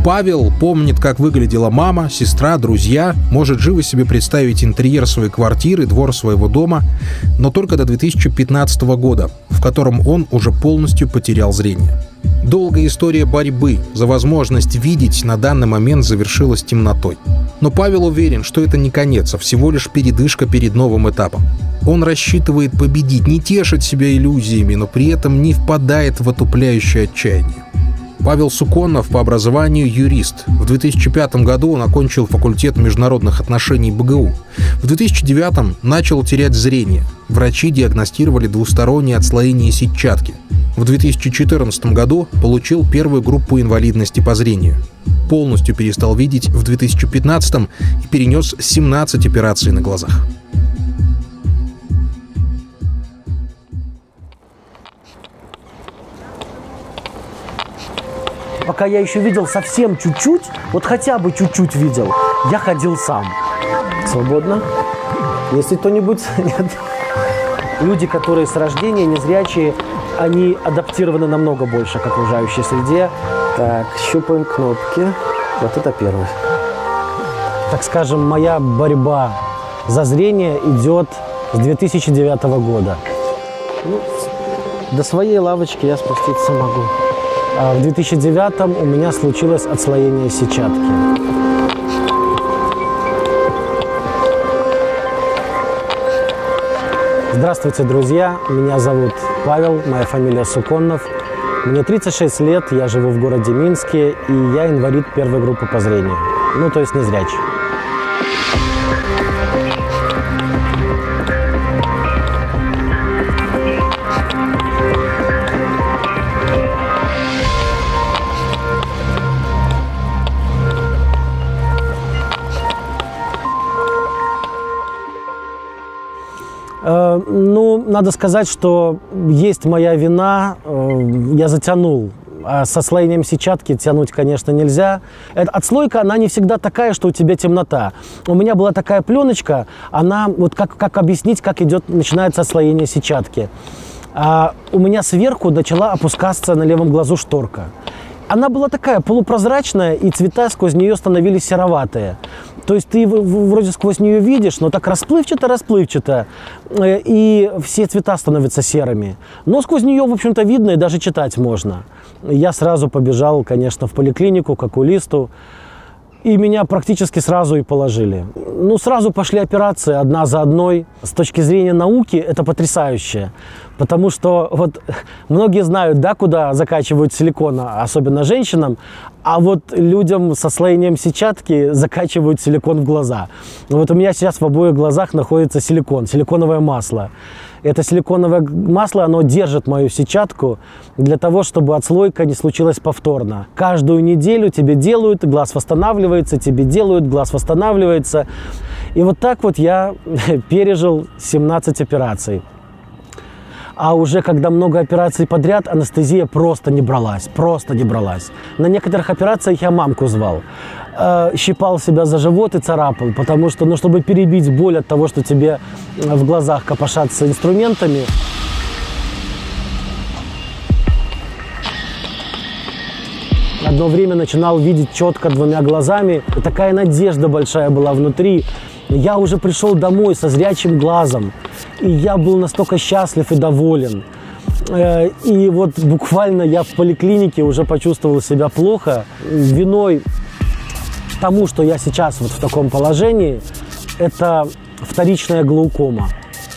Павел помнит, как выглядела мама, сестра, друзья, может живо себе представить интерьер своей квартиры, двор своего дома, но только до 2015 года, в котором он уже полностью потерял зрение. Долгая история борьбы за возможность видеть на данный момент завершилась темнотой. Но Павел уверен, что это не конец, а всего лишь передышка перед новым этапом. Он рассчитывает победить, не тешить себя иллюзиями, но при этом не впадает в отупляющее отчаяние. Павел Суконов по образованию юрист. В 2005 году он окончил факультет международных отношений БГУ. В 2009 начал терять зрение. Врачи диагностировали двустороннее отслоение сетчатки. В 2014 году получил первую группу инвалидности по зрению. Полностью перестал видеть в 2015 и перенес 17 операций на глазах. Пока я еще видел совсем чуть-чуть, вот хотя бы чуть-чуть видел, я ходил сам. Свободно. Если кто-нибудь... Нет. Люди, которые с рождения незрячие, они адаптированы намного больше к окружающей среде. Так, щупаем кнопки. Вот это первое. Так скажем, моя борьба за зрение идет с 2009 года. Ну, до своей лавочки я спуститься могу. А в 2009 у меня случилось отслоение сетчатки. Здравствуйте, друзья! Меня зовут Павел, моя фамилия Суконов. Мне 36 лет, я живу в городе Минске, и я инвалид первой группы по зрению. Ну, то есть незрячий. Ну, надо сказать, что есть моя вина, я затянул. А с отслоением сетчатки тянуть, конечно, нельзя. Отслойка, она не всегда такая, что у тебя темнота. У меня была такая пленочка, она, вот как объяснить, как начинается отслоение сетчатки. У меня сверху начала опускаться на левом глазу шторка. Она была такая полупрозрачная, и цвета сквозь нее становились сероватые. То есть ты вроде сквозь нее видишь, но так расплывчато, и все цвета становятся серыми. Но сквозь нее, в общем-то, видно и даже читать можно. Я сразу побежал, конечно, в поликлинику к окулисту, и меня практически сразу и положили. Ну, сразу пошли операции одна за одной. С точки зрения науки это потрясающе. Потому что вот многие знают, да, куда закачивают силикон, особенно женщинам, а вот людям с отслоением сетчатки закачивают силикон в глаза. Вот у меня сейчас в обоих глазах находится силикон, силиконовое масло. Это силиконовое масло, оно держит мою сетчатку для того, чтобы отслойка не случилась повторно. Каждую неделю тебе делают, глаз восстанавливается, тебе делают, глаз восстанавливается. И вот так вот я пережил 17 операций. А уже когда много операций подряд, анестезия просто не бралась. На некоторых операциях я мамку звал. Щипал себя за живот и царапал, потому что, ну, чтобы перебить боль от того, что тебе в глазах копошатся инструментами. Одно время начинал видеть четко двумя глазами. И такая надежда большая была внутри. Я уже пришел домой со зрячим глазом. И я был настолько счастлив и доволен. И вот буквально я в поликлинике уже почувствовал себя плохо. Виной тому, что я сейчас вот в таком положении, это вторичная глаукома.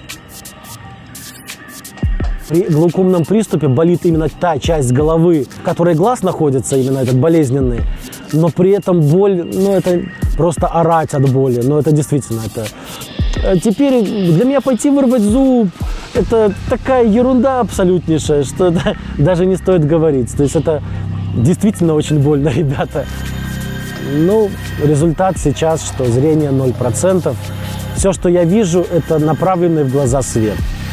При глаукомном приступе болит именно та часть головы, в которой глаз находится, именно этот болезненный. Но при этом боль, ну, это просто орать от боли. Но это действительно, это... Теперь для меня пойти вырвать зуб, это такая ерунда абсолютнейшая, что это даже не стоит говорить. То есть это действительно очень больно, ребята. Ну, результат сейчас, что зрение 0%. Все, что я вижу, это направленный в глаза свет.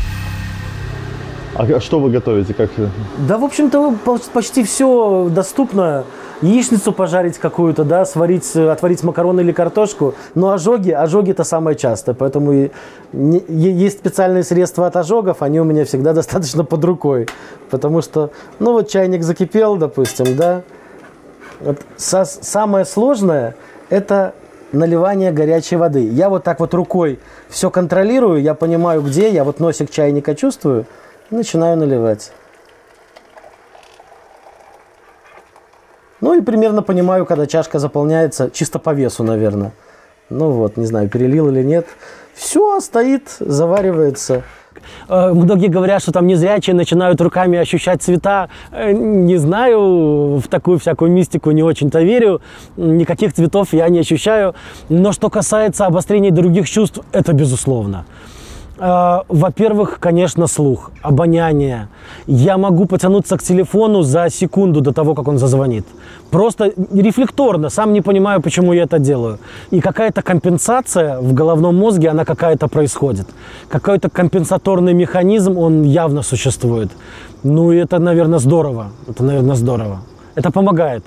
А что вы готовите? Как? Да, в общем-то, почти все доступно. Яичницу пожарить какую-то, да, сварить, отварить макароны или картошку. Но ожоги это самое частое. Поэтому есть специальные средства от ожогов, они у меня всегда достаточно под рукой. Потому что, ну вот чайник закипел, допустим, да. Вот самое сложное – это наливание горячей воды. Я вот так вот рукой все контролирую, я понимаю, где, я вот носик чайника чувствую и начинаю наливать. Ну и примерно понимаю, когда чашка заполняется, чисто по весу, наверное. Ну вот, не знаю, перелил или нет. Все стоит, заваривается. Многие говорят, что там незрячие начинают руками ощущать цвета. Не знаю, в такую всякую мистику не очень-то верю. Никаких цветов я не ощущаю. Но что касается обострения других чувств, это безусловно. Во-первых, конечно, слух, обоняние. Я могу потянуться к телефону за секунду до того, как он зазвонит. Просто рефлекторно, сам не понимаю, почему я это делаю. И какая-то компенсация в головном мозге, она какая-то происходит. Какой-то компенсаторный механизм, он явно существует. Ну и это, наверное, здорово. Это, наверное, здорово. Это помогает.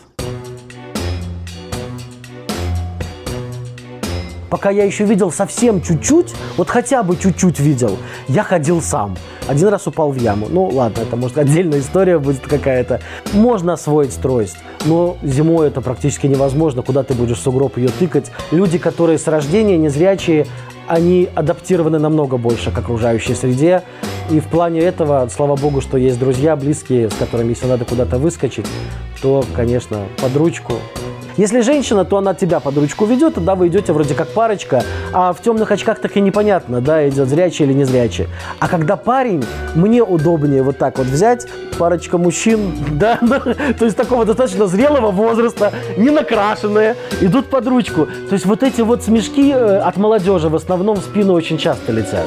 Пока я еще видел совсем чуть-чуть, вот хотя бы чуть-чуть видел, я ходил сам. Один раз упал в яму. Ну ладно, это может отдельная история будет какая-то. Можно освоить трость, но зимой это практически невозможно. Куда ты будешь в сугроб ее тыкать? Люди, которые с рождения незрячие, они адаптированы намного больше к окружающей среде. И в плане этого, слава богу, что есть друзья, близкие, с которыми, если надо куда-то выскочить, то, конечно, под ручку. Если женщина, то она тебя под ручку ведет, тогда вы идете вроде как парочка, а в темных очках так и непонятно, да, идет зрячий или незрячий. А когда парень, мне удобнее вот так вот взять, парочка мужчин, да, то есть такого достаточно зрелого возраста, не накрашенные, идут под ручку. То есть вот эти вот смешки от молодежи в основном в спину очень часто летят.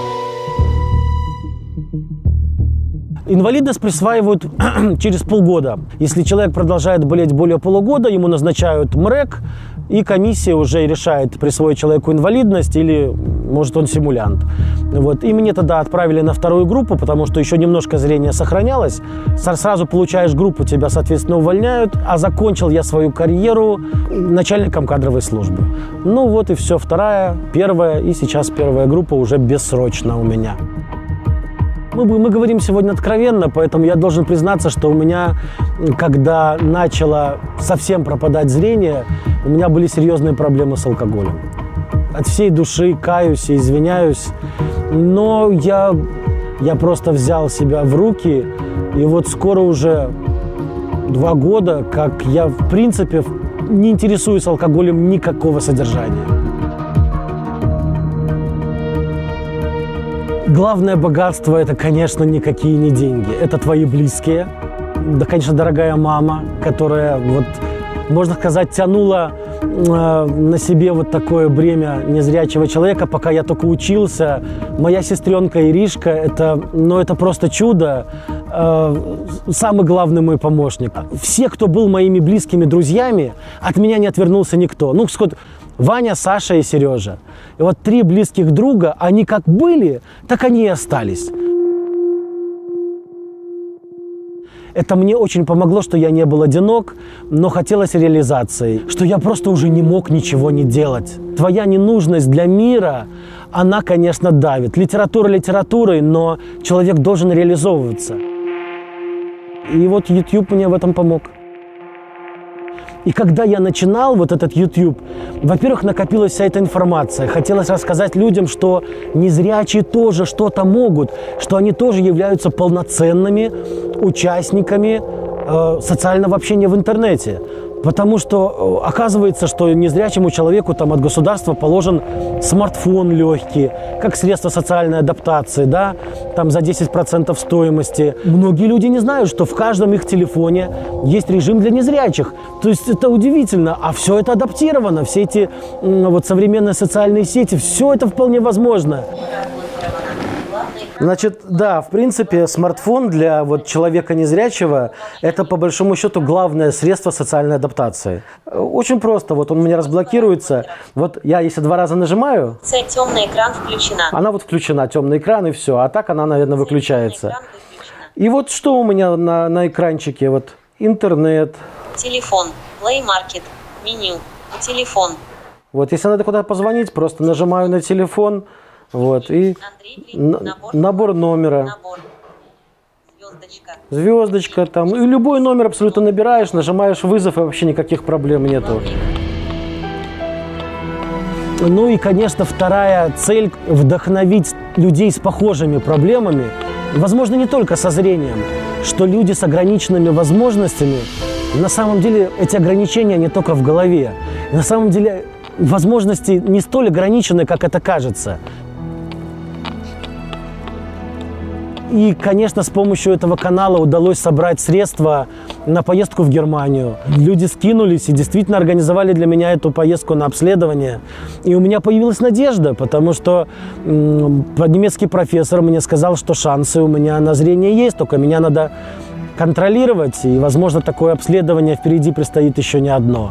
Инвалидность присваивают через полгода. Если человек продолжает болеть более полугода, ему назначают МРЭК, и комиссия уже решает, присвоить человеку инвалидность или, может, он симулянт. Вот. И мне тогда отправили на вторую группу, потому что еще немножко зрение сохранялось. Сразу получаешь группу, тебя, соответственно, увольняют. А закончил я свою карьеру начальником кадровой службы. Ну вот и все. Вторая, первая и сейчас первая группа уже бессрочно у меня. Мы говорим сегодня откровенно, поэтому я должен признаться, что у меня, когда начало совсем пропадать зрение, у меня были серьезные проблемы с алкоголем. От всей души каюсь и извиняюсь, но я просто взял себя в руки, и вот скоро уже 2 года, как я, в принципе, не интересуюсь алкоголем никакого содержания. Главное богатство – это, конечно, никакие не деньги. Это твои близкие. Да, конечно, дорогая мама, которая, вот, можно сказать, тянула на себе вот такое бремя незрячего человека, пока я только учился. Моя сестренка Иришка – это просто чудо. Самый главный мой помощник. Все, кто был моими близкими друзьями, от меня не отвернулся никто. Ну, Ваня, Саша и Сережа. И вот 3 близких друга, они как были, так они и остались. Это мне очень помогло, что я не был одинок, но хотелось реализации, что я просто уже не мог ничего не делать. Твоя ненужность для мира, она, конечно, давит. Литература литературой, но человек должен реализовываться. И вот YouTube мне в этом помог. И когда я начинал вот этот YouTube, во-первых, накопилась вся эта информация. Хотелось рассказать людям, что незрячие тоже что-то могут, что они тоже являются полноценными участниками социального общения в интернете. Потому что оказывается, что незрячему человеку там от государства положен смартфон легкий, как средство социальной адаптации, да, там за 10% стоимости. Многие люди не знают, что в каждом их телефоне есть режим для незрячих. То есть это удивительно, а все это адаптировано, все эти вот современные социальные сети, все это вполне возможно. Значит, да, в принципе, смартфон для вот человека незрячего – это, по большому счету, главное средство социальной адаптации. Очень просто. Вот он у меня разблокируется. Вот я, если 2 раза нажимаю… Темный экран включена. Она вот включена, темный экран, и все. А так она, наверное, выключается. И вот что у меня на экранчике? Вот интернет. Телефон, Play Market, меню, телефон. Вот если надо куда-то позвонить, просто нажимаю на телефон. Вот, и набор номера. Звездочка. Звездочка там. И любой номер абсолютно набираешь, нажимаешь вызов, и вообще никаких проблем нету. Ну и, конечно, вторая цель – вдохновить людей с похожими проблемами, возможно, не только со зрением, что люди с ограниченными возможностями, на самом деле эти ограничения не только в голове. На самом деле возможности не столь ограничены, как это кажется. И, конечно, с помощью этого канала удалось собрать средства на поездку в Германию. Люди скинулись и действительно организовали для меня эту поездку на обследование. И у меня появилась надежда, потому что немецкий профессор мне сказал, что шансы у меня на зрение есть, только меня надо контролировать. И, возможно, такое обследование впереди предстоит еще не одно.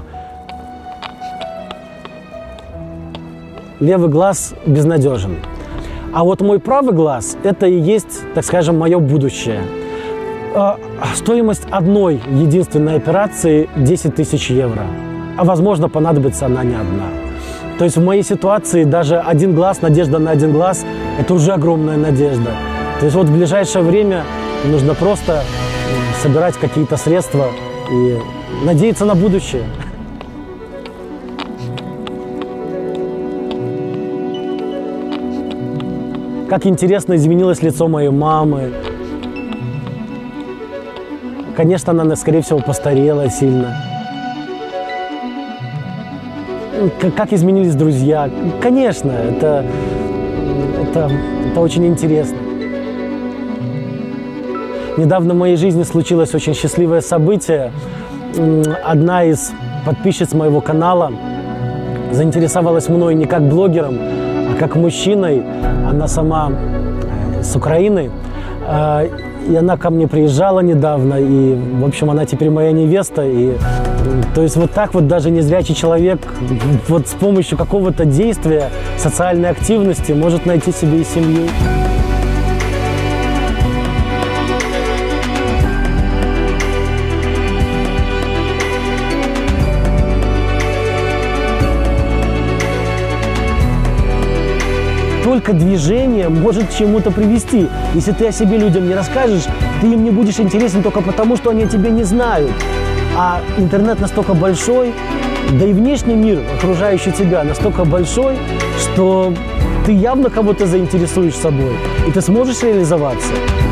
Левый глаз безнадежен. А вот мой правый глаз – это и есть, так скажем, мое будущее. Стоимость одной единственной операции – 10 тысяч евро. А, возможно, понадобится она не одна. То есть в моей ситуации даже один глаз, надежда на один глаз – это уже огромная надежда. То есть вот в ближайшее время нужно просто собирать какие-то средства и надеяться на будущее. Как интересно изменилось лицо моей мамы. Конечно, она, скорее всего, постарела сильно. Как изменились друзья. Конечно, это очень интересно. Недавно в моей жизни случилось очень счастливое событие. Одна из подписчиц моего канала заинтересовалась мной не как блогером, а как мужчиной. Она сама с Украины. И она ко мне приезжала недавно. И, в общем, она теперь моя невеста. И, то есть вот так вот даже незрячий человек вот с помощью какого-то действия, социальной активности может найти себе и семью. Только движение может к чему-то привести. Если ты о себе людям не расскажешь, ты им не будешь интересен только потому, что они о тебе не знают. А интернет настолько большой, да и внешний мир, окружающий тебя, настолько большой, что ты явно кого-то заинтересуешь собой, и ты сможешь реализоваться.